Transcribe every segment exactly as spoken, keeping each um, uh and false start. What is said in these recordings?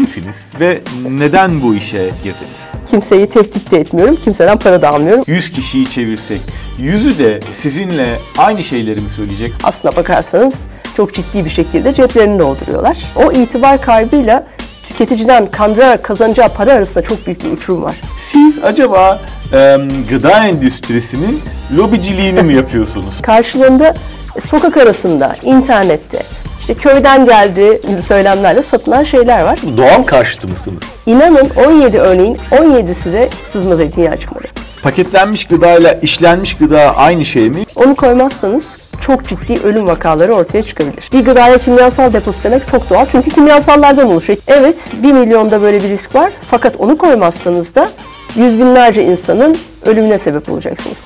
kimsiniz ve neden bu işe girdiniz? Kimseyi tehdit de etmiyorum, kimseden para da almıyorum. yüz kişiyi çevirsek, yüzü de sizinle aynı şeyleri mi söyleyecek? Aslına bakarsanız çok ciddi bir şekilde ceplerini dolduruyorlar. O itibar kaybıyla tüketiciden kandırarak kazanacağı para arasında çok büyük bir uçurum var. Siz acaba e, gıda endüstrisinin lobiciliğini mi yapıyorsunuz? Karşılığında sokak arasında, internette, işte köyden geldi gibi söylemlerle satılan şeyler var. Doğal karşıtı mısınız? İnanın on yedi örneğin on yedisi de sızma zeytinyağı çıkmadı. Paketlenmiş gıdayla işlenmiş gıda aynı şey mi? Onu koymazsanız çok ciddi ölüm vakaları ortaya çıkabilir. Bir gıdaya kimyasal deposu demek çok doğal çünkü kimyasallardan oluşuyor. Evet, bir milyonda böyle bir risk var fakat onu koymazsanız da yüz binlerce insanın ölümüne sebep olacaksınız.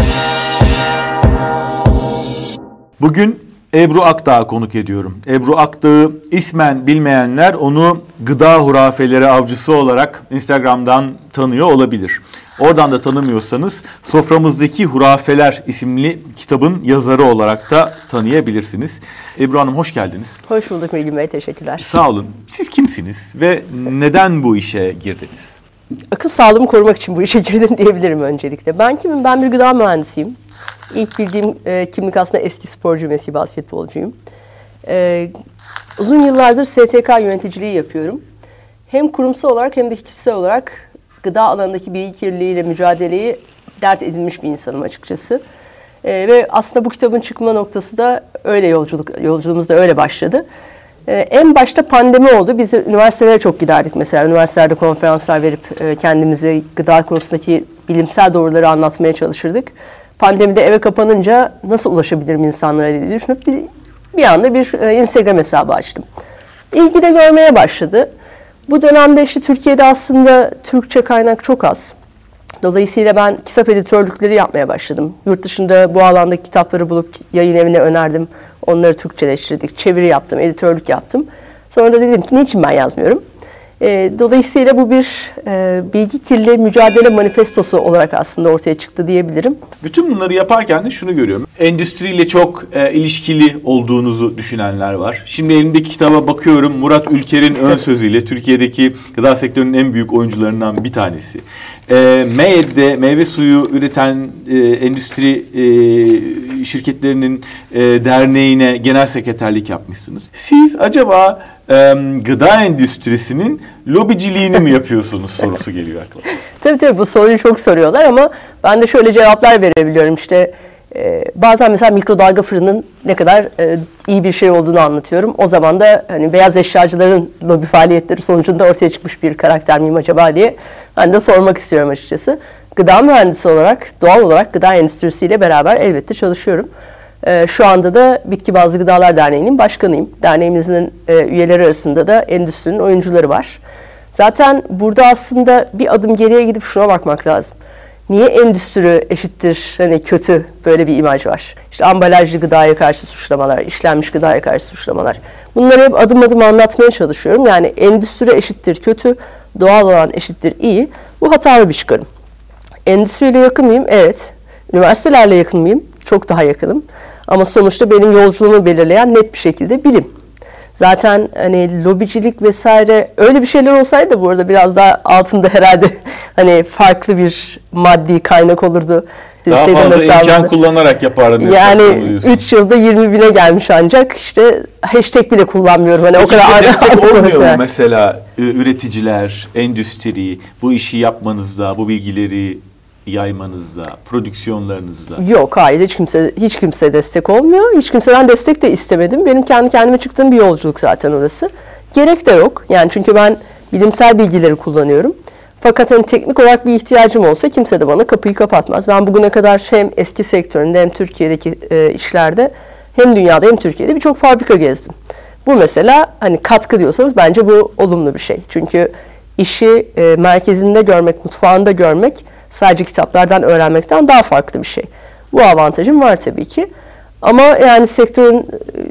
Bugün Ebru Akdağ'ı konuk ediyorum. Ebru Akdağ'ı ismen bilmeyenler onu gıda hurafeleri avcısı olarak Instagram'dan tanıyor olabilir. Oradan da tanımıyorsanız Soframızdaki Hurafeler isimli kitabın yazarı olarak da tanıyabilirsiniz. Ebru Hanım hoş geldiniz. Hoş bulduk Milgün Bey, teşekkürler. Sağ olun. Siz kimsiniz ve neden bu işe girdiniz? Akıl sağlığımı korumak için bu işe girdim diyebilirim öncelikle. Ben kimim? Ben bir gıda mühendisiyim. İlk bildiğim e, kimlik aslında eski sporcu, Messi basketbolcuyum. E, uzun yıllardır S T K yöneticiliği yapıyorum. Hem kurumsal olarak hem de kişisel olarak gıda alanındaki bilgi kirliliğiyle mücadeleyi dert edinmiş bir insanım açıkçası. E, ve aslında bu kitabın çıkma noktası da öyle yolculuk, yolculuğumuz da öyle başladı. E, en başta pandemi oldu. Biz üniversitelere çok giderdik mesela. Üniversitelerde konferanslar verip e, kendimize gıda konusundaki bilimsel doğruları anlatmaya çalışırdık. Pandemide eve kapanınca nasıl ulaşabilirim insanlara diye düşünüp bir, bir anda bir e, Instagram hesabı açtım. İlgi de görmeye başladı. Bu dönemde işte Türkiye'de aslında Türkçe kaynak çok az. Dolayısıyla ben kitap editörlükleri yapmaya başladım. Yurt dışında bu alandaki kitapları bulup yayın evine önerdim. Onları Türkçeleştirdik, çeviri yaptım, editörlük yaptım. Sonra da dedim ki niçin ben yazmıyorum? E, dolayısıyla bu bir e, bilgi kirliliği mücadele manifestosu olarak aslında ortaya çıktı diyebilirim. Bütün bunları yaparken de şunu görüyorum. Endüstriyle çok e, ilişkili olduğunuzu düşünenler var. Şimdi elimdeki kitaba bakıyorum. Murat Ülker'in ön sözüyle Türkiye'deki gıda sektörünün en büyük oyuncularından bir tanesi. E, M E D'de meyve suyu üreten e, endüstri e, şirketlerinin e, derneğine genel sekreterlik yapmışsınız. Siz acaba e, gıda endüstrisinin lobiciliğini mi yapıyorsunuz sorusu geliyor aklıma. Tabii tabii bu soruyu çok soruyorlar ama ben de şöyle cevaplar verebiliyorum. İşte e, bazen mesela mikrodalga fırının ne kadar e, iyi bir şey olduğunu anlatıyorum. O zaman da hani beyaz eşyacıların lobi faaliyetleri sonucunda ortaya çıkmış bir karakter miyim acaba diye ben de sormak istiyorum açıkçası. Gıda mühendisi olarak, doğal olarak gıda endüstrisiyle beraber elbette çalışıyorum. E, şu anda da Bitki Bazlı Gıdalar Derneği'nin başkanıyım. Derneğimizin e, üyeleri arasında da endüstrinin oyuncuları var. Zaten burada aslında bir adım geriye gidip şuna bakmak lazım. Niye endüstri eşittir hani kötü böyle bir imaj var? İşte ambalajlı gıdaya karşı suçlamalar, işlenmiş gıdaya karşı suçlamalar. Bunları hep adım adım anlatmaya çalışıyorum. Yani endüstri eşittir kötü, doğal olan eşittir iyi. Bu hatalı bir çıkarım. Endüstriyle yakın mıyım? Evet. Üniversitelerle yakın mıyım? Çok daha yakınım. Ama sonuçta benim yolculuğumu belirleyen net bir şekilde bilim. Zaten hani lobicilik vesaire öyle bir şeyler olsaydı bu arada biraz daha altında herhalde hani farklı bir maddi kaynak olurdu. Daha fazla hesabında. imkan kullanarak yapardım. Yani üç yılda yirmi bine gelmiş ancak işte hashtag bile kullanmıyorum. Hani Peki o kadar destek olmuyor mu mesela üreticiler, endüstri bu işi yapmanızda, bu bilgileri yaymanızda, prodüksiyonlarınızda? Yok, hayır, hiç kimse hiç kimse destek olmuyor. Hiç kimseden destek de istemedim. Benim kendi kendime çıktığım bir yolculuk zaten orası. Gerek de yok. Yani çünkü ben bilimsel bilgileri kullanıyorum. Fakat hani teknik olarak bir ihtiyacım olsa kimse de bana kapıyı kapatmaz. Ben bugüne kadar hem eski sektöründe hem Türkiye'deki e, işlerde hem dünyada hem Türkiye'de birçok fabrika gezdim. Bu mesela hani katkı diyorsanız bence bu olumlu bir şey. Çünkü işi e, merkezinde görmek, mutfağında görmek sadece kitaplardan öğrenmekten daha farklı bir şey. Bu avantajım var tabii ki. Ama yani sektörün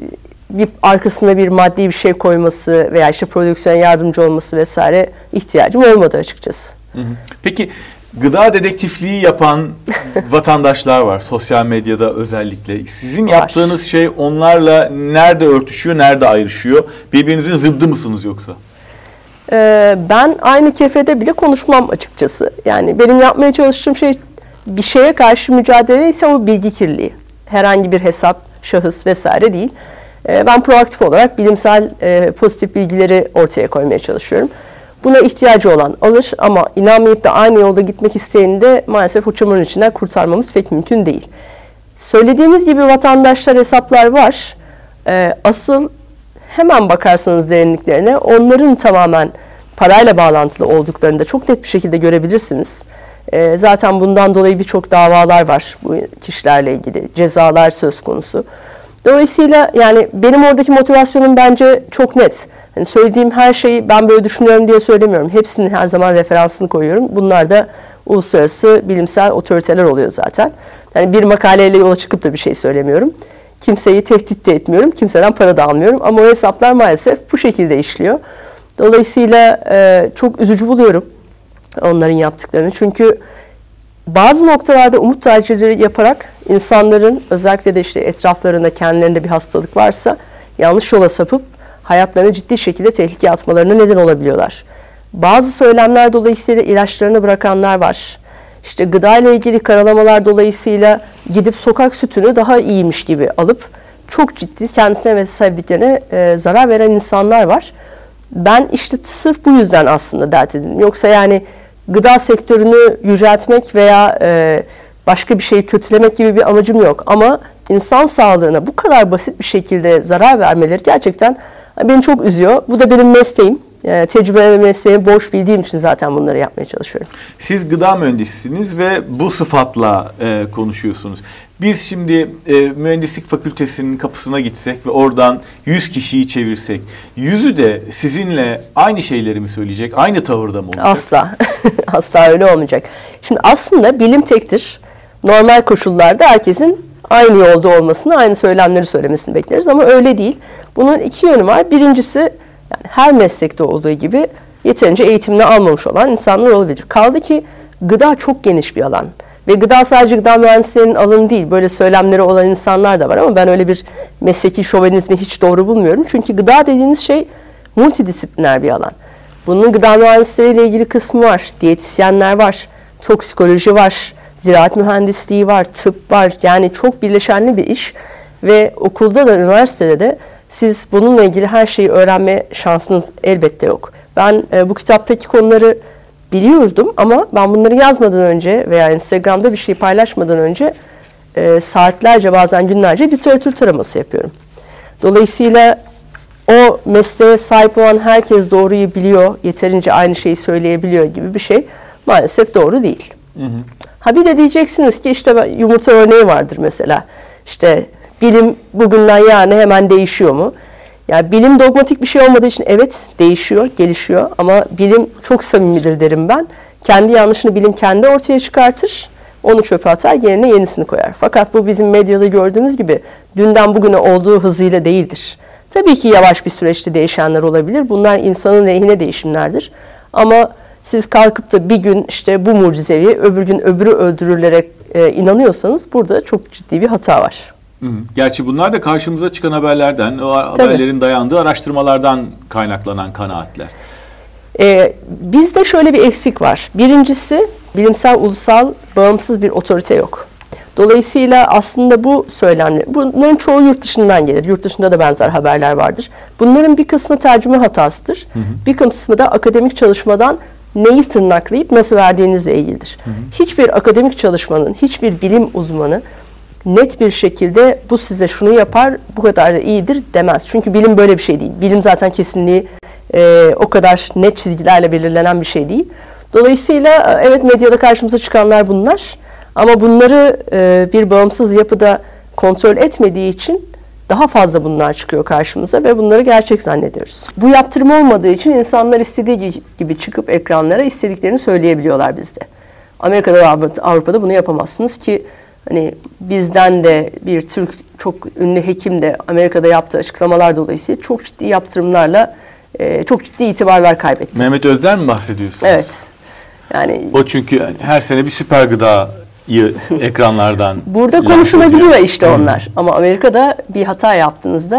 bir arkasına bir maddi bir şey koyması veya işte prodüksiyona yardımcı olması vesaire ihtiyacım olmadı açıkçası. Hı hı. Peki gıda dedektifliği yapan vatandaşlar var sosyal medyada özellikle. Sizin var. Yaptığınız şey onlarla nerede örtüşüyor, nerede ayrışıyor? Birbirinizin zıddı mısınız yoksa? Ee, ben aynı kefede bile konuşmam açıkçası. Yani benim yapmaya çalıştığım şey bir şeye karşı mücadele ise o bilgi kirliliği. Herhangi bir hesap, şahıs vesaire değil. Ee, ben proaktif olarak bilimsel e, pozitif bilgileri ortaya koymaya çalışıyorum. Buna ihtiyacı olan alır ama inanmayıp da aynı yolda gitmek isteyeni de maalesef o çamurun içinden kurtarmamız pek mümkün değil. Söylediğiniz gibi vatandaşlar, hesaplar var. Ee, asıl hemen bakarsanız derinliklerine onların tamamen parayla bağlantılı olduklarını da çok net bir şekilde görebilirsiniz. Ee, zaten bundan dolayı birçok davalar var bu kişilerle ilgili. Cezalar söz konusu. Dolayısıyla yani benim oradaki motivasyonum bence çok net. Yani söylediğim her şeyi ben böyle düşünüyorum diye söylemiyorum. Hepsinin her zaman referansını koyuyorum. Bunlar da uluslararası bilimsel otoriteler oluyor zaten. Yani bir makaleyle yola çıkıp da bir şey söylemiyorum. Kimseyi tehdit de etmiyorum. Kimseden para da almıyorum. Ama o hesaplar maalesef bu şekilde işliyor. Dolayısıyla e, çok üzücü buluyorum onların yaptıklarını. Çünkü bazı noktalarda umut tacirleri yaparak insanların özellikle de işte etraflarında kendilerinde bir hastalık varsa yanlış yola sapıp hayatlarını ciddi şekilde tehlikeye atmalarına neden olabiliyorlar. Bazı söylemler dolayısıyla ilaçlarını bırakanlar var. İşte gıda ile ilgili karalamalar dolayısıyla gidip sokak sütünü daha iyiymiş gibi alıp çok ciddi kendisine ve sevdiklerine e, zarar veren insanlar var. Ben işte sırf bu yüzden aslında dert edindim. Yoksa yani gıda sektörünü yüceltmek veya e, başka bir şeyi kötülemek gibi bir amacım yok. Ama insan sağlığına bu kadar basit bir şekilde zarar vermeleri gerçekten beni çok üzüyor. Bu da benim mesleğim. E, tecrübe ve mesleğimi borç bildiğim için zaten bunları yapmaya çalışıyorum. Siz gıda mühendisisiniz ve bu sıfatla e, konuşuyorsunuz. Biz şimdi e, mühendislik fakültesinin kapısına gitsek ve oradan yüz kişiyi çevirsek, yüzü de sizinle aynı şeyleri mi söyleyecek, aynı tavırda mı olacak? Asla. Asla öyle olmayacak. Şimdi aslında bilim tektir. Normal koşullarda herkesin aynı yolda olmasını, aynı söylemleri söylemesini bekleriz ama öyle değil. Bunun iki yönü var. Birincisi yani her meslekte olduğu gibi yeterince eğitimini almamış olan insanlar olabilir. Kaldı ki gıda çok geniş bir alan. Ve gıda sadece gıda mühendislerinin alanı değil. Böyle söylemleri olan insanlar da var ama ben öyle bir mesleki şovenizmi hiç doğru bulmuyorum. Çünkü gıda dediğiniz şey multidisipliner bir alan. Bunun gıda mühendisleriyle ilgili kısmı var. Diyetisyenler var. Toksikoloji var. Ziraat mühendisliği var. Tıp var. Yani çok birleşenli bir iş. Ve okulda da üniversitede de siz bununla ilgili her şeyi öğrenme şansınız elbette yok. Ben e, bu kitaptaki konuları biliyordum ama ben bunları yazmadan önce veya Instagram'da bir şey paylaşmadan önce e, saatlerce bazen günlerce literatür taraması yapıyorum. Dolayısıyla o mesleğe sahip olan herkes doğruyu biliyor, yeterince aynı şeyi söyleyebiliyor gibi bir şey maalesef doğru değil. Hı hı. Ha bir de diyeceksiniz ki işte yumurta örneği vardır mesela. İşte bilim bugünden yarına hemen değişiyor mu? Yani bilim dogmatik bir şey olmadığı için evet değişiyor, gelişiyor ama bilim çok samimidir derim ben. Kendi yanlışını bilim kendi ortaya çıkartır, onu çöpe atar, yerine yenisini koyar. Fakat bu bizim medyada gördüğümüz gibi dünden bugüne olduğu hızıyla değildir. Tabii ki yavaş bir süreçte değişenler olabilir. Bunlar insanın lehine değişimlerdir. Ama siz kalkıp da bir gün işte bu mucizevi, öbür gün öbürü öldürülerek e, inanıyorsanız burada çok ciddi bir hata var. Hı hı. Gerçi bunlar da karşımıza çıkan haberlerden, o haberlerin dayandığı araştırmalardan kaynaklanan kanaatler. Ee, bizde şöyle bir eksik var. Birincisi bilimsel, ulusal, bağımsız bir otorite yok. Dolayısıyla aslında bu söylemler, bunların çoğu yurt dışından gelir. Yurt dışında da benzer haberler vardır. Bunların bir kısmı tercüme hatasıdır. Hı hı. Bir kısmı da akademik çalışmadan neyi tırnaklayıp nasıl verdiğinizle ilgilidir. Hı hı. Hiçbir akademik çalışmanın, hiçbir bilim uzmanı net bir şekilde bu size şunu yapar, bu kadar da iyidir demez. Çünkü bilim böyle bir şey değil. Bilim zaten kesinliği e, o kadar net çizgilerle belirlenen bir şey değil. Dolayısıyla evet medyada karşımıza çıkanlar bunlar. Ama bunları e, bir bağımsız yapıda kontrol etmediği için daha fazla bunlar çıkıyor karşımıza ve bunları gerçek zannediyoruz. Bu yaptırım olmadığı için insanlar istediği gibi çıkıp ekranlara istediklerini söyleyebiliyorlar bizde. Amerika'da ve Avrupa'da bunu yapamazsınız ki hani bizden de bir Türk çok ünlü hekim de Amerika'da yaptığı açıklamalar dolayısıyla çok ciddi yaptırımlarla e, çok ciddi itibarlar kaybetti. Mehmet Özden mi bahsediyorsunuz? Evet. Yani o çünkü her sene bir süper gıdayı ekranlardan burada konuşulabiliyor işte onlar. Ama Amerika'da bir hata yaptığınızda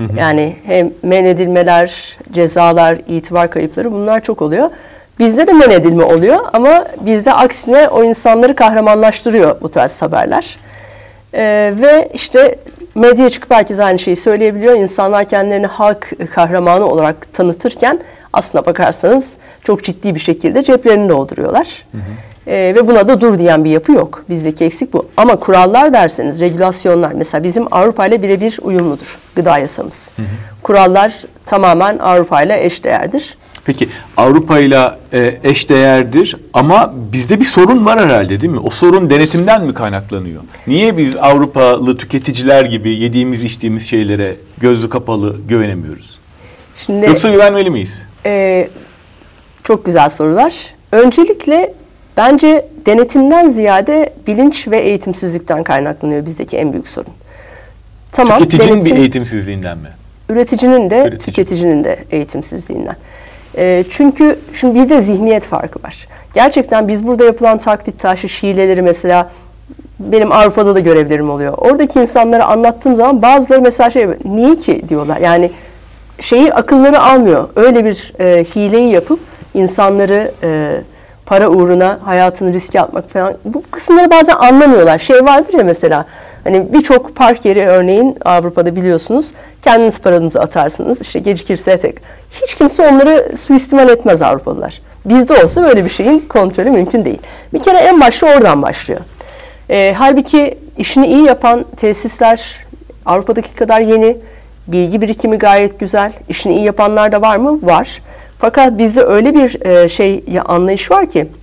Hı hı. Yani hem men edilmeler, cezalar, itibar kayıpları bunlar çok oluyor. Bizde de men edilme oluyor ama bizde aksine o insanları kahramanlaştırıyor bu tarz haberler. Ee, ve işte medyaya çıkıp herkes aynı şeyi söyleyebiliyor. İnsanlar kendilerini halk kahramanı olarak tanıtırken aslına bakarsanız çok ciddi bir şekilde ceplerini dolduruyorlar. Hı hı. Ee, ve buna da dur diyen bir yapı yok. Bizdeki eksik bu. Ama kurallar derseniz, regülasyonlar mesela bizim Avrupa ile birebir uyumludur gıda yasamız. Hı hı. Kurallar tamamen Avrupa ile eşdeğerdir. Peki Avrupa ile eşdeğerdir ama bizde bir sorun var herhalde değil mi? O sorun denetimden mi kaynaklanıyor? Niye biz Avrupalı tüketiciler gibi yediğimiz içtiğimiz şeylere gözü kapalı güvenemiyoruz? Şimdi, Yoksa güvenmeli miyiz? E, çok güzel sorular. Öncelikle bence denetimden ziyade bilinç ve eğitimsizlikten kaynaklanıyor bizdeki en büyük sorun. Tamam, Tüketicinin denetim, bir eğitimsizliğinden mi? Üreticinin de, Üretici. tüketicinin de eğitimsizliğinden. E, çünkü şimdi bir de zihniyet farkı var. Gerçekten biz burada yapılan taklit taşış hileleri mesela benim Avrupa'da da görevlerim oluyor. Oradaki insanlara anlattığım zaman bazıları mesela şey niye ki diyorlar. Yani şeyi akılları almıyor. Öyle bir e, hileyi yapıp insanları e, para uğruna hayatını riske atmak falan. Bu kısımları bazen anlamıyorlar. Şey vardır ya mesela hani birçok park yeri örneğin Avrupa'da biliyorsunuz kendiniz paranızı atarsınız. İşte gecikirse tek. Hiç kimse onları suistimal etmez Avrupalılar. Bizde olsa böyle bir şeyin kontrolü mümkün değil. Bir kere en başta oradan başlıyor. E, halbuki işini iyi yapan tesisler Avrupa'daki kadar yeni. Bilgi birikimi gayet güzel. İşini iyi yapanlar da var mı? Var. Fakat bizde öyle bir e, şey ya, anlayış var ki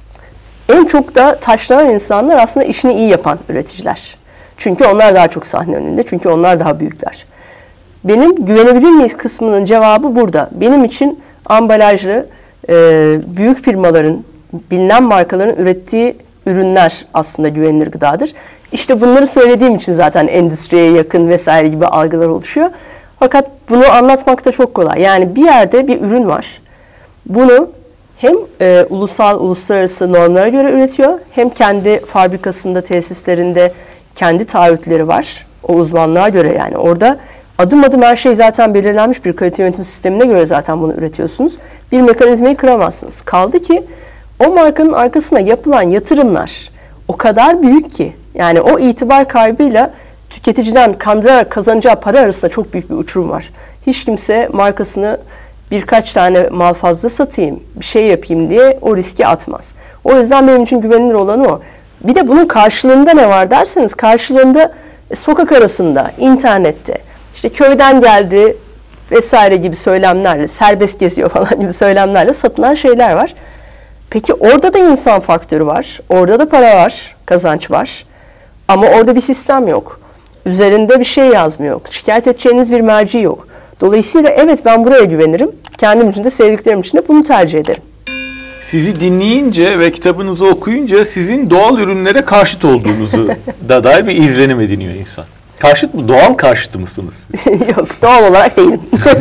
en çok da taşlanan insanlar aslında işini iyi yapan üreticiler. Çünkü onlar daha çok sahne önünde. Çünkü onlar daha büyükler. Benim güvenebilir miyiz kısmının cevabı burada. Benim için ambalajlı e, büyük firmaların, bilinen markaların ürettiği ürünler aslında güvenilir gıdadır. İşte bunları söylediğim için zaten endüstriye yakın vesaire gibi algılar oluşuyor. Fakat bunu anlatmak da çok kolay. Yani bir yerde bir ürün var. Bunu hem e, ulusal, uluslararası normlara göre üretiyor, hem kendi fabrikasında, tesislerinde kendi taahhütleri var. O uzmanlığa göre yani orada adım adım her şey zaten belirlenmiş bir kalite yönetim sistemine göre zaten bunu üretiyorsunuz. Bir mekanizmayı kıramazsınız. Kaldı ki o markanın arkasına yapılan yatırımlar o kadar büyük ki yani o itibar kaybıyla tüketiciden kandırarak kazanacağı para arasında çok büyük bir uçurum var. Hiç kimse markasını birkaç tane mal fazla satayım, bir şey yapayım diye o riski atmaz. O yüzden benim için güvenilir olanı o. Bir de bunun karşılığında ne var derseniz karşılığında e, sokak arasında, internette, işte köyden geldi vesaire gibi söylemlerle, serbest geziyor falan gibi söylemlerle satılan şeyler var. Peki orada da insan faktörü var, orada da para var, kazanç var ama orada bir sistem yok. Üzerinde bir şey yazmıyor, şikayet edeceğiniz bir merci yok. Dolayısıyla evet ben buraya güvenirim, kendim için de sevdiklerim için de bunu tercih ederim. Sizi dinleyince ve kitabınızı okuyunca sizin doğal ürünlere karşıt olduğunuzu da dair bir izlenim ediniyor insan. Karşıt mı? Doğal karşıtı mısınız? Yok, doğal olarak değilim.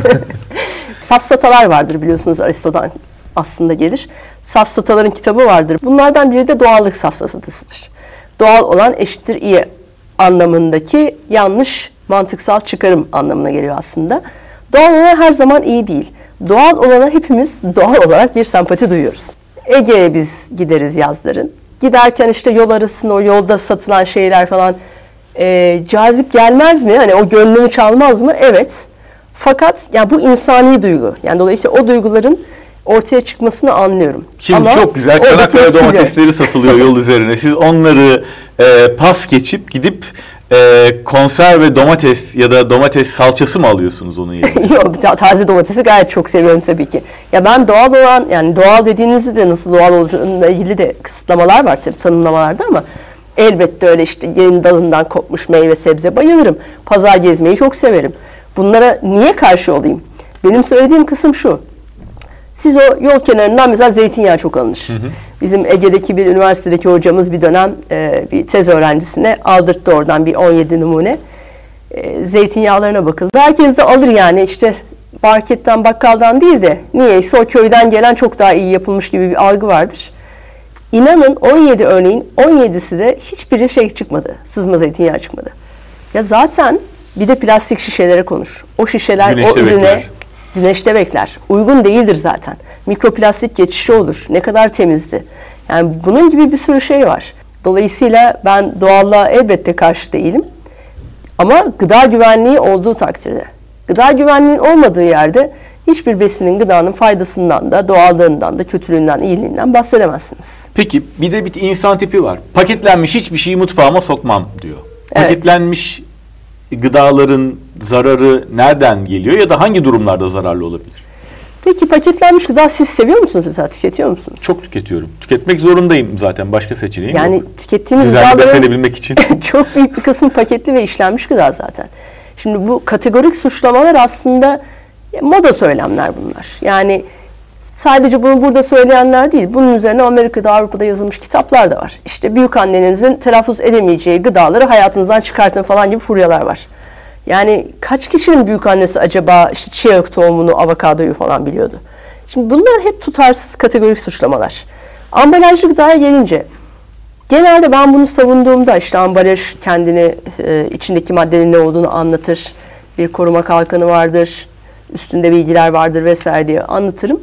Safsatalar vardır biliyorsunuz Aristo'dan aslında gelir. Safsataların kitabı vardır. Bunlardan biri de doğallık safsatasıdır. Doğal olan eşittir iyi anlamındaki yanlış mantıksal çıkarım anlamına geliyor aslında. Doğal olan her zaman iyi değil. Doğal olana hepimiz doğal olarak bir sempati duyuyoruz. Ege'ye biz gideriz yazların. Giderken işte yol arasında o yolda satılan şeyler falan e, cazip gelmez mi? Hani o gönlümü çalmaz mı? Evet. Fakat ya bu insani duygu. Yani dolayısıyla o duyguların ortaya çıkmasını anlıyorum. Şimdi ama çok güzel Çanakkale domatesleri satılıyor yol üzerine. Siz onları e, pas geçip gidip e, konserve domates ya da domates salçası mı alıyorsunuz onun yerine? Yok, taze domatesi gayet çok seviyorum tabii ki. Ya ben doğal olan, yani doğal dediğinizde de nasıl doğal olacağıyla ilgili de kısıtlamalar var tabii tanımlamalarda ama elbette öyle işte yeni dalından kopmuş meyve sebze bayılırım. Pazar gezmeyi çok severim. Bunlara niye karşı olayım? Benim söylediğim kısım şu. Siz o yol kenarından mesela zeytinyağı çok alınır. Hı hı. Bizim Ege'deki bir üniversitedeki hocamız bir dönem e, bir tez öğrencisine aldırttı oradan bir on yedi numune. E, zeytinyağlarına bakıldı. Herkes de alır yani işte marketten bakkaldan değil de niyeyse o köyden gelen çok daha iyi yapılmış gibi bir algı vardır. İnanın on yedi örneğin on yedisi de hiçbiri şey çıkmadı. Sızma zeytinyağı çıkmadı. Ya zaten Bir de plastik şişelere konur. O şişeler Güneşte o ürüne bekler. güneşte bekler. Uygun değildir zaten. Mikroplastik geçişi olur. Ne kadar temizdi. Yani bunun gibi bir sürü şey var. Dolayısıyla ben doğallığa elbette karşı değilim. Ama gıda güvenliği olduğu takdirde. Gıda güvenliğinin olmadığı yerde hiçbir besinin, gıdanın faydasından da, doğallığından da, kötülüğünden, iyiliğinden bahsedemezsiniz. Peki bir de bir insan tipi var. Paketlenmiş hiçbir şeyi mutfağıma sokmam diyor. Evet. Paketlenmiş gıdaların zararı nereden geliyor ya da hangi durumlarda zararlı olabilir? Peki paketlenmiş gıda siz seviyor musunuz mesela, tüketiyor musunuz? Çok tüketiyorum. Tüketmek zorundayım zaten. Başka seçeneğim yani yok. tükettiğimiz Güzel gıdaların beslenebilmek için. çok büyük bir kısmı paketli ve işlenmiş gıda zaten. Şimdi bu kategorik suçlamalar aslında moda söylemler bunlar. Yani sadece bunu burada söyleyenler değil, bunun üzerine Amerika'da, Avrupa'da yazılmış kitaplar da var. İşte büyük annenizin telaffuz edemeyeceği gıdaları hayatınızdan çıkartın falan gibi furyalar var. Yani kaç kişinin büyük annesi acaba işte chia tohumunu, avokadoyu falan biliyordu? Şimdi bunlar hep tutarsız kategorik suçlamalar. Ambalajlı gıdaya gelince, genelde ben bunu savunduğumda işte ambalaj kendini, e, içindeki maddenin ne olduğunu anlatır, bir koruma kalkanı vardır, üstünde bilgiler vardır vesaire diye anlatırım.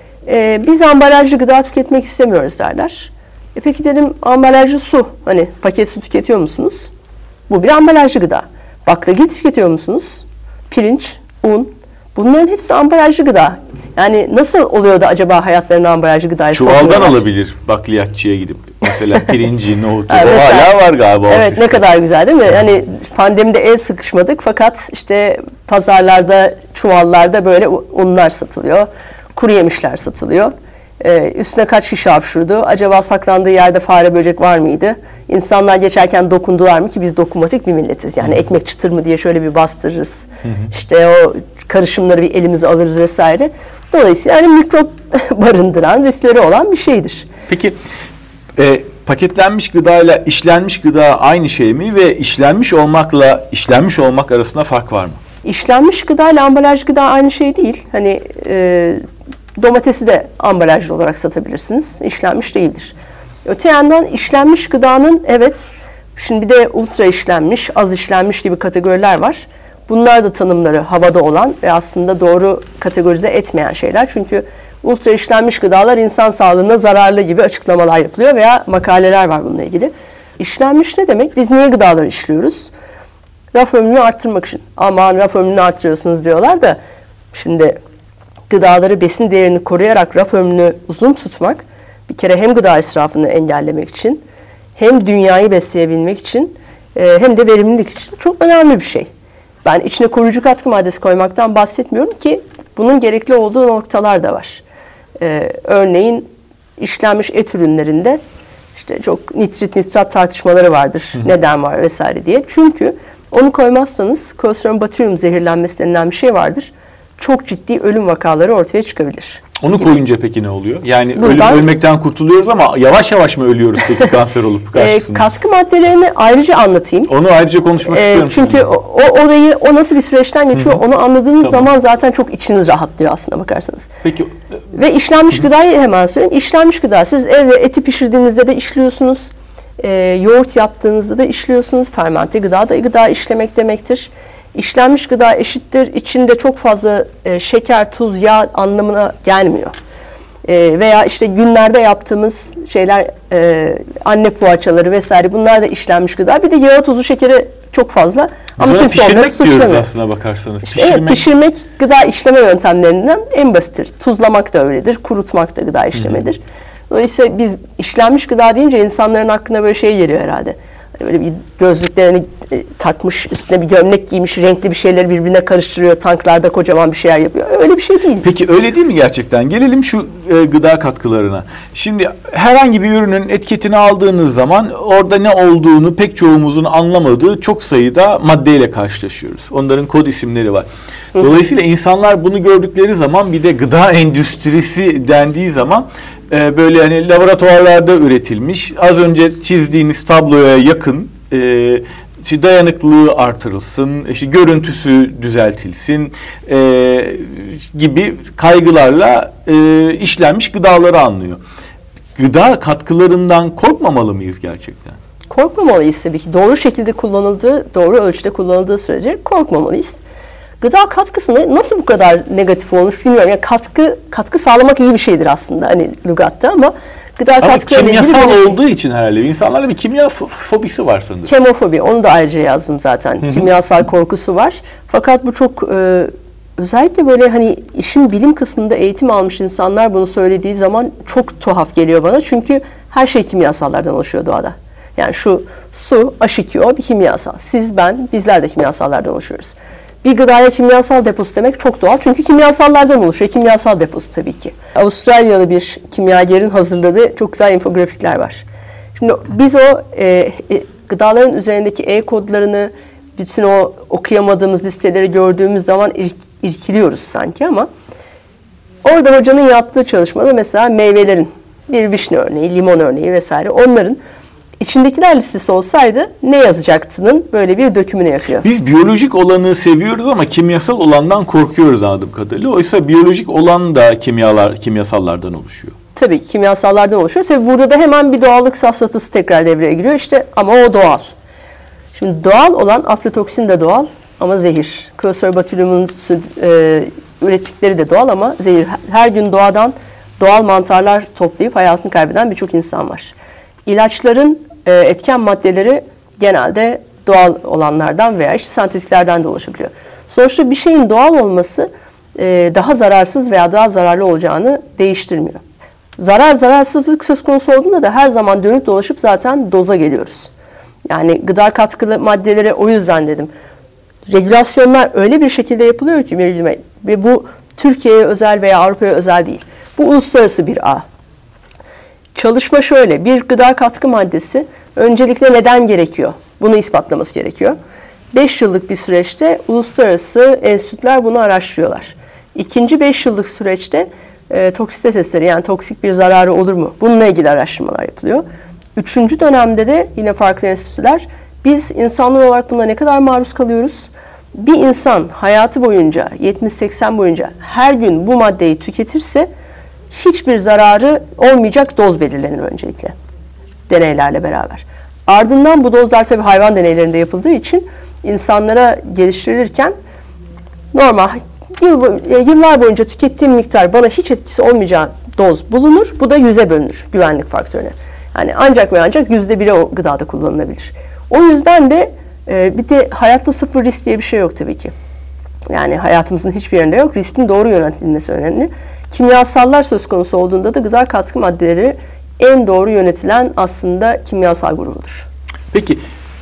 E, biz ambalajlı gıda tüketmek istemiyoruz derler. E peki dedim, ambalajlı su, hani paket su tüketiyor musunuz? Bu bir ambalajlı gıda. Baklagil tüketiyor musunuz? Pirinç, un, bunların hepsi ambalajlı gıda. Yani nasıl oluyor da acaba hayatlarına ambalajlı gıdayı Çuvaldan sokuyorlar? alabilir bakliyatçıya gidip. Mesela pirinci, nohutu, Evet, o mesela- hala var galiba. o Evet, sistem. ne kadar güzel değil mi? Hani pandemide el sıkışmadık fakat işte pazarlarda, çuvallarda böyle unlar satılıyor. Kuru yemişler satılıyor. Ee, üstüne kaç kişi hapşurdu? Acaba saklandığı yerde fare böcek var mıydı? İnsanlar geçerken dokundular mı ki biz dokunmatik bir milletiz. Yani ekmek çıtır mı diye şöyle bir bastırırız. İşte o karışımları bir elimize alırız vesaire. Dolayısıyla yani mikrop barındıran, riskleri olan bir şeydir. Peki e, paketlenmiş gıdayla işlenmiş gıda aynı şey mi ve işlenmiş olmakla işlenmiş olmak arasında fark var mı? İşlenmiş gıda ile ambalaj gıda aynı şey değil. Hani e, domatesi de ambalajlı olarak satabilirsiniz. İşlenmiş değildir. Öte yandan işlenmiş gıdanın, evet, şimdi bir de ultra işlenmiş, az işlenmiş gibi kategoriler var. Bunlar da tanımları havada olan ve aslında doğru kategorize etmeyen şeyler. Çünkü ultra işlenmiş gıdalar insan sağlığına zararlı gibi açıklamalar yapılıyor veya makaleler var bununla ilgili. İşlenmiş ne demek? Biz niye gıdaları işliyoruz? Raf ömrünü arttırmak için. Aman raf ömrünü arttırıyorsunuz diyorlar da, şimdi gıdaları besin değerini koruyarak raf ömrünü uzun tutmak, bir kere hem gıda israfını engellemek için, hem dünyayı besleyebilmek için, e, hem de verimlilik için çok önemli bir şey. Ben içine koruyucu katkı maddesi koymaktan bahsetmiyorum ki bunun gerekli olduğu noktalar da var. E, örneğin işlenmiş et ürünlerinde işte çok nitrit nitrat tartışmaları vardır. Hı hı. Neden var vesaire diye. Çünkü onu koymazsanız Clostridium botulinum zehirlenmesi denilen bir şey vardır. Çok ciddi ölüm vakaları ortaya çıkabilir. Onu gibi. koyunca peki ne oluyor? Yani Bundan, ölüm, ölmekten kurtuluyoruz ama yavaş yavaş mı ölüyoruz peki kanser olup karşısında? E, katkı maddelerini ayrıca anlatayım. Onu ayrıca konuşmak E, istiyorum. çünkü o, o orayı, o nasıl bir süreçten geçiyor, hı-hı, onu anladığınız tamam. zaman zaten çok içiniz rahatlıyor aslında bakarsanız. Peki. Ve işlenmiş hı-hı. gıdayı hemen söyleyeyim. İşlenmiş gıda, siz evde eti pişirdiğinizde de işliyorsunuz. E, yoğurt yaptığınızda da işliyorsunuz. Fermente gıda da gıda işlemek demektir. İşlenmiş gıda eşittir içinde çok fazla e, şeker, tuz, yağ anlamına gelmiyor. E, veya işte günlerde yaptığımız şeyler, e, anne poğaçaları vesaire, bunlar da işlenmiş gıda. Bir de yağı, tuzu, şekeri çok fazla. Ama kimse onları suçlamıyor. Diyoruz aslına bakarsanız. İşte pişirmek. Evet, pişirmek gıda işleme yöntemlerinden en basittir. Tuzlamak da öyledir, kurutmak da gıda işlemedir. Hı-hı. Dolayısıyla biz işlenmiş gıda deyince insanların aklına böyle şey geliyor herhalde. Böyle bir gözlüklerini e, takmış, üstüne bir gömlek giymiş, renkli bir şeyleri birbirine karıştırıyor, tanklarda kocaman bir şeyler yapıyor. Öyle bir şey değil. Peki öyle değil mi gerçekten? Gelelim şu e, gıda katkılarına. Şimdi herhangi bir ürünün etiketini aldığınız zaman orada ne olduğunu pek çoğumuzun anlamadığı çok sayıda maddeyle karşılaşıyoruz. Onların kod isimleri var. Dolayısıyla insanlar bunu gördükleri zaman, bir de gıda endüstrisi dendiği zaman e, böyle hani laboratuvarlarda üretilmiş, az önce çizdiğiniz tabloya yakın, e, dayanıklılığı artırılsın, işte görüntüsü düzeltilsin e, gibi kaygılarla e, işlenmiş gıdaları anlıyor. Gıda katkılarından korkmamalı mıyız gerçekten? Korkmamalıyız tabii ki. Doğru şekilde kullanıldığı, doğru ölçüde kullanıldığı sürece korkmamalıyız. Gıda katkısını nasıl bu kadar negatif olmuş bilmiyorum. Yani katkı katkı sağlamak iyi bir şeydir aslında hani lügatta ama gıda ama katkı kimyasal böyle olduğu için herhalde insanlarda bir kimya fobisi var sanırım. Kemofobi, onu da ayrıca yazdım zaten. Hı hı. Kimyasal korkusu var. Fakat bu çok e, özellikle böyle hani işin bilim kısmında eğitim almış insanlar bunu söylediği zaman çok tuhaf geliyor bana. Çünkü her şey kimyasallardan oluşuyor doğada. Yani şu su, H iki O bir kimyasal. Siz, ben, bizler de kimyasallardan oluşuyoruz. Bir gıdaya kimyasal deposu demek çok doğal. Çünkü kimyasallardan oluşuyor. Kimyasal deposu tabii ki. Avustralyalı bir kimyagerin hazırladığı çok güzel infografikler var. Şimdi biz o e, e, gıdaların üzerindeki E kodlarını, bütün o okuyamadığımız listeleri gördüğümüz zaman irk, irkiliyoruz sanki ama orada hocanın yaptığı çalışmada mesela meyvelerin, bir vişne örneği, limon örneği vesaire, onların İçindekiler listesi olsaydı ne yazacaktının böyle bir dökümünü yapıyor. Biz biyolojik olanı seviyoruz ama kimyasal olandan korkuyoruz anladığım kadarıyla. Oysa biyolojik olan da kimyalar, kimyasallardan oluşuyor. Tabii kimyasallardan oluşuyor. Tabii burada da hemen bir doğallık safsatası tekrar devreye giriyor. İşte ama o doğal. Şimdi doğal olan aflatoksin de doğal ama zehir. Klosor botuliumun e, ürettikleri de doğal ama zehir. Her gün doğadan doğal mantarlar toplayıp hayatını kaybeden birçok insan var. İlaçların e, etken maddeleri genelde doğal olanlardan veya işte sentetiklerden de oluşabiliyor. Sonuçta bir şeyin doğal olması e, daha zararsız veya daha zararlı olacağını değiştirmiyor. Zarar zararsızlık söz konusu olduğunda da her zaman dönüp dolaşıp zaten doza geliyoruz. Yani gıda katkılı maddelere o yüzden dedim. Regülasyonlar öyle bir şekilde yapılıyor ki ve bu Türkiye'ye özel veya Avrupa'ya özel değil. Bu uluslararası bir ağ. Çalışma şöyle, bir gıda katkı maddesi öncelikle neden gerekiyor? Bunu ispatlaması gerekiyor. beş yıllık bir süreçte uluslararası enstitüler bunu araştırıyorlar. İkinci beş yıllık süreçte e, toksite testleri, yani toksik bir zararı olur mu? Bununla ilgili araştırmalar yapılıyor. Üçüncü dönemde de yine farklı enstitüler, biz insanlar olarak buna ne kadar maruz kalıyoruz? Bir insan hayatı boyunca, yetmiş seksen boyunca her gün bu maddeyi tüketirse hiçbir zararı olmayacak doz belirlenir öncelikle deneylerle beraber. Ardından bu dozlar tabii hayvan deneylerinde yapıldığı için insanlara geliştirilirken normal yıl, yıllar boyunca tükettiğim miktar bana hiç etkisi olmayacağı doz bulunur. Bu da yüze bölünür güvenlik faktörüne. Yani ancak ve ancak yüzde bire o gıdada kullanılabilir. O yüzden de e, bir de hayatta sıfır risk diye bir şey yok tabii ki. Yani hayatımızın hiçbir yerinde yok. Riskin doğru yönetilmesi önemli. Kimyasallar söz konusu olduğunda da gıda katkı maddeleri en doğru yönetilen aslında kimyasal grubudur. Peki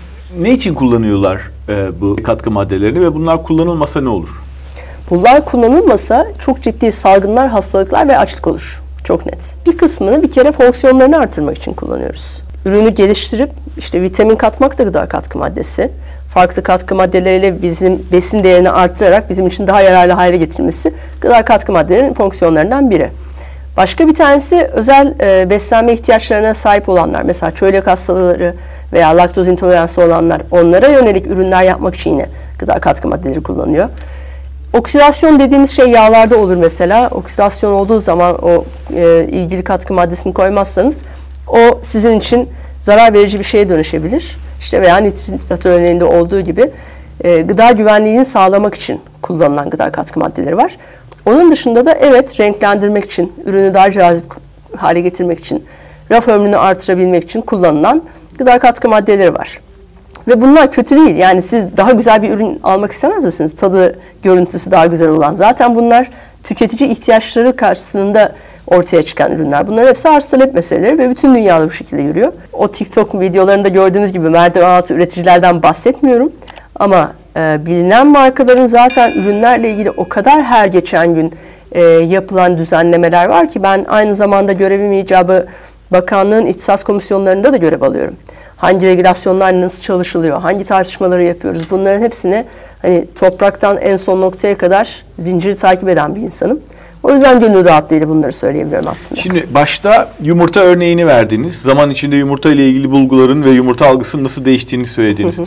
ne için kullanıyorlar e, bu katkı maddelerini ve bunlar kullanılmasa ne olur? Bunlar kullanılmasa çok ciddi salgınlar, hastalıklar ve açlık olur. Çok net. Bir kısmını bir kere fonksiyonlarını artırmak için kullanıyoruz. Ürünü geliştirip işte vitamin katmak da gıda katkı maddesi. Farklı katkı maddeleriyle bizim besin değerini arttırarak bizim için daha yararlı hale getirmesi gıda katkı maddelerinin fonksiyonlarından biri. Başka bir tanesi özel e, beslenme ihtiyaçlarına sahip olanlar. Mesela çölyak hastaları veya laktoz intoleransı olanlar, onlara yönelik ürünler yapmak için yine gıda katkı maddeleri kullanıyor. Oksidasyon dediğimiz şey yağlarda olur mesela. Oksidasyon olduğu zaman o e, ilgili katkı maddesini koymazsanız o sizin için zarar verici bir şeye dönüşebilir. İşte veya nitrat örneğinde olduğu gibi e, gıda güvenliğini sağlamak için kullanılan gıda katkı maddeleri var. Onun dışında da evet renklendirmek için, ürünü daha cazip hale getirmek için, raf ömrünü artırabilmek için kullanılan gıda katkı maddeleri var. Ve bunlar kötü değil. Yani siz daha güzel bir ürün almak istemez misiniz? Tadı, görüntüsü daha güzel olan. Zaten bunlar tüketici ihtiyaçları karşısında ortaya çıkan ürünler. Bunların hepsi arz talep meseleleri ve bütün dünyada bu şekilde yürüyor. O TikTok videolarında gördüğümüz gibi merdiven altı üreticilerden bahsetmiyorum. Ama e, bilinen markaların zaten ürünlerle ilgili o kadar her geçen gün e, yapılan düzenlemeler var ki ben aynı zamanda görevim icabı bakanlığın ihtisas komisyonlarında da görev alıyorum. Hangi regülasyonlar nasıl çalışılıyor, hangi tartışmaları yapıyoruz, bunların hepsini hani topraktan en son noktaya kadar zinciri takip eden bir insanım. O yüzden gönül rahatlığıyla bunları söyleyebilirim aslında. Şimdi başta yumurta örneğini verdiniz. Zaman içinde yumurta ile ilgili bulguların ve yumurta algısının nasıl değiştiğini söylediniz. Hı hı.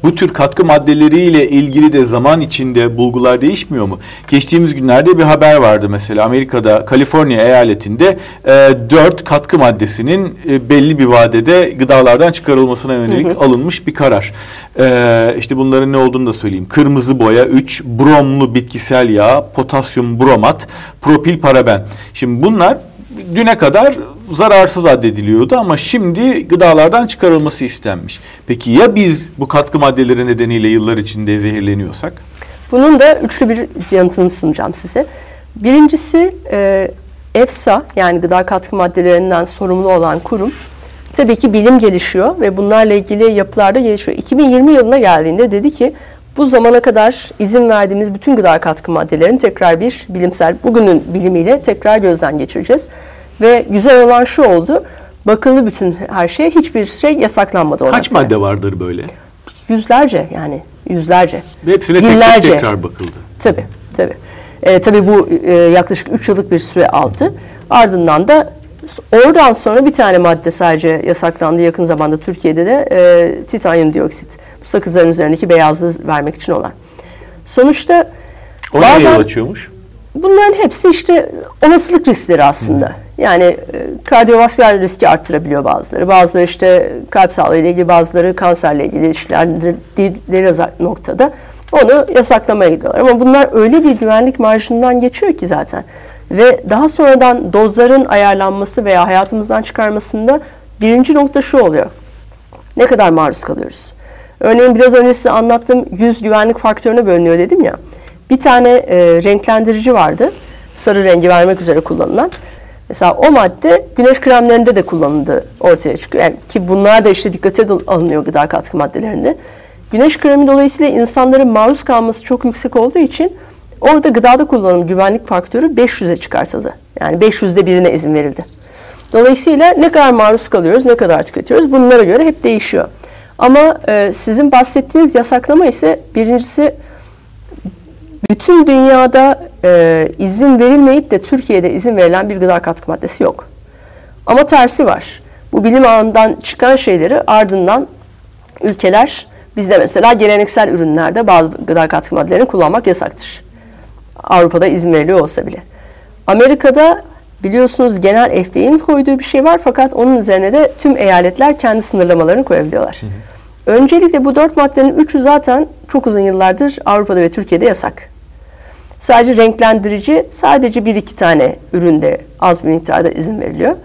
bu tür katkı maddeleriyle ilgili de zaman içinde bulgular değişmiyor mu? Geçtiğimiz günlerde bir haber vardı mesela Amerika'da Kaliforniya eyaletinde e, dört katkı maddesinin e, belli bir vadede gıdalardan çıkarılmasına yönelik hı hı. alınmış bir karar. E, işte bunların ne olduğunu da söyleyeyim. Kırmızı boya üç, bromlu bitkisel yağ, potasyum bromat, propil paraben. Şimdi bunlar düne kadar zararsız addediliyordu ama şimdi gıdalardan çıkarılması istenmiş. Peki ya biz bu katkı maddeleri nedeniyle yıllar içinde zehirleniyorsak? Bunun da üçlü bir yanıtını sunacağım size. Birincisi e, EFSA, yani gıda katkı maddelerinden sorumlu olan kurum. Tabii ki bilim gelişiyor ve bunlarla ilgili yapılar da gelişiyor. iki bin yirmi yılına geldiğinde dedi ki bu zamana kadar izin verdiğimiz bütün gıda katkı maddelerini tekrar bir bilimsel, bugünün bilimiyle tekrar gözden geçireceğiz. Ve güzel olan şu oldu, bakıldı bütün her şeye, hiçbir şey yasaklanmadı. Kaç madde vardır böyle? Yüzlerce, yani yüzlerce. Ve hepsine tekrar tekrar bakıldı. Tabii, tabii. Ee, tabii bu e, yaklaşık üç yıllık bir süre aldı. Ardından da oradan sonra bir tane madde sadece yasaklandı yakın zamanda Türkiye'de de e, titanyum dioksit. Bu sakızların üzerindeki beyazlığı vermek için olan. Sonuçta o neye yol açıyormuş? Bunların hepsi işte olasılık riskleri aslında. Hmm. Yani e, kardiyovasküler riski arttırabiliyor bazıları. Bazıları işte kalp sağlığı ile ilgili, bazıları kanserle ilgili ilişkilendirdikleri noktada onu yasaklamaya gidiyorlar. Ama bunlar öyle bir güvenlik marjından geçiyor ki zaten. Ve daha sonradan dozların ayarlanması veya hayatımızdan çıkarmasında birinci nokta şu oluyor. Ne kadar maruz kalıyoruz? Örneğin biraz önce size anlattığım yüz güvenlik faktörüne bölünüyor dedim ya. Bir tane e, renklendirici vardı. Sarı rengi vermek üzere kullanılan. Mesela o madde güneş kremlerinde de kullanıldığı ortaya çıkıyor. Yani ki bunlar da işte dikkate alınıyor gıda katkı maddelerinde. Güneş kremi dolayısıyla insanların maruz kalması çok yüksek olduğu için orada gıdada kullanılan güvenlik faktörü beş yüze çıkartıldı. Yani beş yüzde birine izin verildi. Dolayısıyla ne kadar maruz kalıyoruz, ne kadar tüketiyoruz bunlara göre hep değişiyor. Ama e, sizin bahsettiğiniz yasaklama ise birincisi bütün dünyada e, izin verilmeyip de Türkiye'de izin verilen bir gıda katkı maddesi yok. Ama tersi var. Bu bilim ağından çıkan şeyleri ardından ülkeler, bizde mesela geleneksel ürünlerde bazı gıda katkı maddelerini kullanmak yasaktır. Avrupa'da izin veriliyor olsa bile. Amerika'da biliyorsunuz genel F D A'nin koyduğu bir şey var fakat onun üzerine de tüm eyaletler kendi sınırlamalarını koyabiliyorlar. Hı hı. Öncelikle bu dört maddenin üçü zaten çok uzun yıllardır Avrupa'da ve Türkiye'de yasak. Sadece renklendirici sadece bir iki tane üründe az bir miktarda izin veriliyor.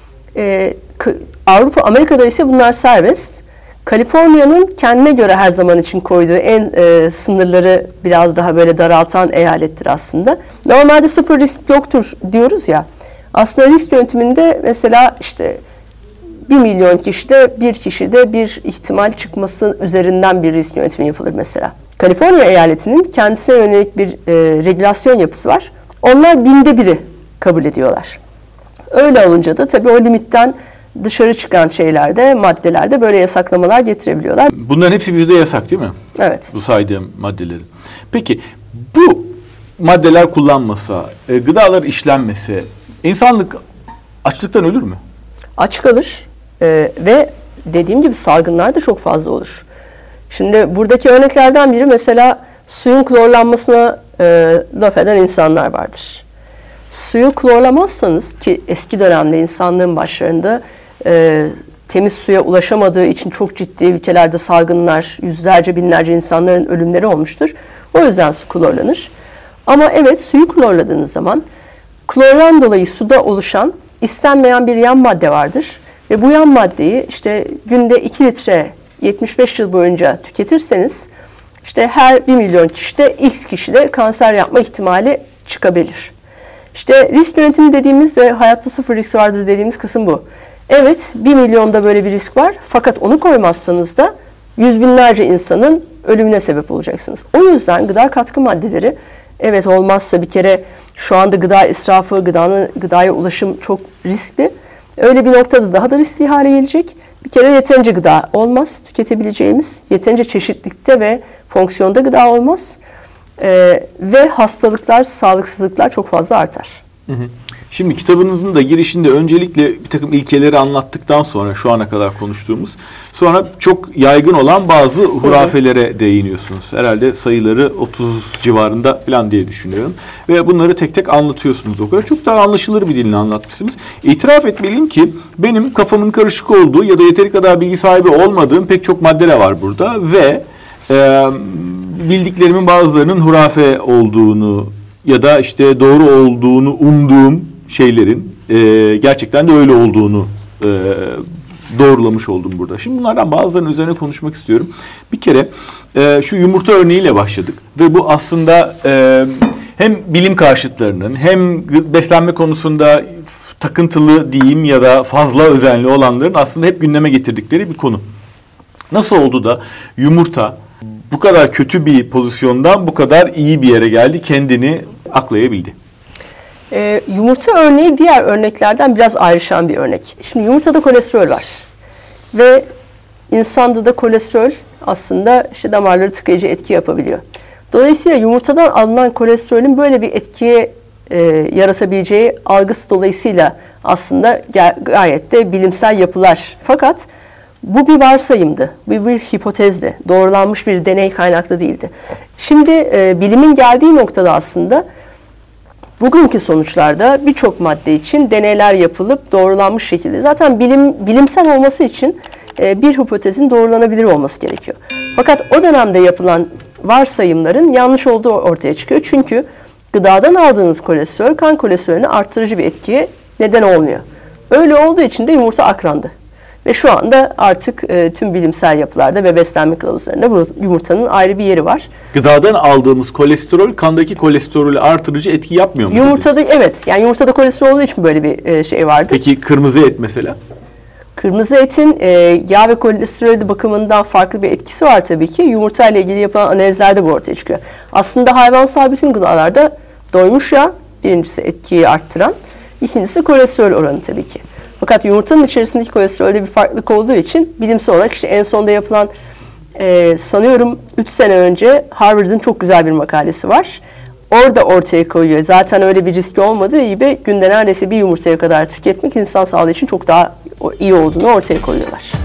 Ee, Avrupa, Amerika'da ise bunlar serbest. Kaliforniya'nın kendine göre her zaman için koyduğu en e, sınırları biraz daha böyle daraltan eyalettir aslında. Normalde sıfır risk yoktur diyoruz ya. Aslında risk yönetiminde mesela işte bir milyon kişide bir kişide bir ihtimal çıkması üzerinden bir risk yönetimi yapılır mesela. Kaliforniya eyaletinin kendisine yönelik bir e, regülasyon yapısı var. Onlar binde biri kabul ediyorlar. Öyle olunca da tabii o limitten dışarı çıkan şeylerde, maddelerde böyle yasaklamalar getirebiliyorlar. Bunların hepsi bizde yasak değil mi? Evet. Bu saydığım maddelerin. Peki bu maddeler kullanmasa, e, gıdalar işlenmese insanlık açlıktan ölür mü? Aç kalır e, ve dediğim gibi salgınlar da çok fazla olur. Şimdi buradaki örneklerden biri mesela suyun klorlanmasına e, laf eden insanlar vardır. Suyu klorlamazsanız ki eski dönemde insanlığın başlarında e, temiz suya ulaşamadığı için çok ciddi ülkelerde salgınlar, yüzlerce binlerce insanların ölümleri olmuştur. O yüzden su klorlanır. Ama evet suyu klorladığınız zaman klordan dolayı suda oluşan istenmeyen bir yan madde vardır. Ve bu yan maddeyi işte günde iki litre yetmiş beş yıl boyunca tüketirseniz işte her bir milyon kişide X kişide kanser yapma ihtimali çıkabilir. İşte risk yönetimi dediğimiz ve hayatta sıfır risk vardır dediğimiz kısım bu. Evet bir milyonda böyle bir risk var fakat onu koymazsanız da yüz binlerce insanın ölümüne sebep olacaksınız. O yüzden gıda katkı maddeleri evet olmazsa bir kere şu anda gıda israfı, gıdanın, gıdaya ulaşım çok riskli. Öyle bir noktada daha da riskli hale gelecek. Bir kere yeterince gıda olmaz tüketebileceğimiz, yeterince çeşitlilikte ve fonksiyonda gıda olmaz. Ee, ve hastalıklar, sağlıksızlıklar çok fazla artar. Hı hı. Şimdi kitabınızın da girişinde öncelikle bir takım ilkeleri anlattıktan sonra şu ana kadar konuştuğumuz, sonra çok yaygın olan bazı hurafelere değiniyorsunuz. Herhalde sayıları otuz civarında falan diye düşünüyorum. Ve bunları tek tek anlatıyorsunuz o kadar. Çok daha anlaşılır bir dille anlatmışsınız. İtiraf etmeliyim ki benim kafamın karışık olduğu ya da yeteri kadar bilgi sahibi olmadığım pek çok madde de var burada. Ve e, bildiklerimin bazılarının hurafe olduğunu ya da işte doğru olduğunu umduğum şeylerin e, gerçekten de öyle olduğunu e, doğrulamış oldum burada. Şimdi bunlardan bazılarının üzerine konuşmak istiyorum. Bir kere e, şu yumurta örneğiyle başladık ve bu aslında e, hem bilim karşıtlarının hem beslenme konusunda takıntılı diyeyim ya da fazla özenli olanların aslında hep gündeme getirdikleri bir konu. Nasıl oldu da yumurta bu kadar kötü bir pozisyondan bu kadar iyi bir yere geldi, kendini aklayabildi? Ee, yumurta örneği diğer örneklerden biraz ayrışan bir örnek. Şimdi yumurtada kolesterol var. Ve insanda da kolesterol aslında işte damarları tıkayıcı etki yapabiliyor. Dolayısıyla yumurtadan alınan kolesterolün böyle bir etkiye e, yaratabileceği algısı dolayısıyla aslında gayet de bilimsel yapılar. Fakat bu bir varsayımdı, bu bir hipotezdi, doğrulanmış bir deney kaynaklı değildi. Şimdi e, bilimin geldiği noktada aslında bugünkü sonuçlarda birçok madde için deneyler yapılıp doğrulanmış şekilde. Zaten bilim bilimsel olması için e, bir hipotezin doğrulanabilir olması gerekiyor. Fakat o dönemde yapılan varsayımların yanlış olduğu ortaya çıkıyor. Çünkü gıdadan aldığınız kolesterol kan kolesterolünü arttırıcı bir etkiye neden olmuyor. Öyle olduğu için de yumurta akrandı. Ve şu anda artık e, tüm bilimsel yapılarda ve beslenme kılavuzlarında bu yumurtanın ayrı bir yeri var. Gıdadan aldığımız kolesterol kandaki kolesterolü artırıcı etki yapmıyor mu? Yumurtada evet, yani yumurtada kolesterol olduğu için böyle bir e, şey vardı. Peki kırmızı et mesela? Kırmızı etin e, yağ ve kolesterol bakımından farklı bir etkisi var tabii ki. Yumurta ile ilgili yapılan analizlerde bu ortaya çıkıyor. Aslında hayvansal bütün gıdalarda doymuş yağ birincisi etkiyi arttıran, ikincisi kolesterol oranı tabii ki. Fakat yumurtanın içerisindeki kolesterolde bir farklılık olduğu için bilimsel olarak işte en sonda yapılan e, sanıyorum üç sene önce Harvard'ın çok güzel bir makalesi var. Orada ortaya koyuyor. Zaten öyle bir riski olmadığı gibi günde neredeyse bir yumurtaya kadar tüketmek insan sağlığı için çok daha iyi olduğunu ortaya koyuyorlar.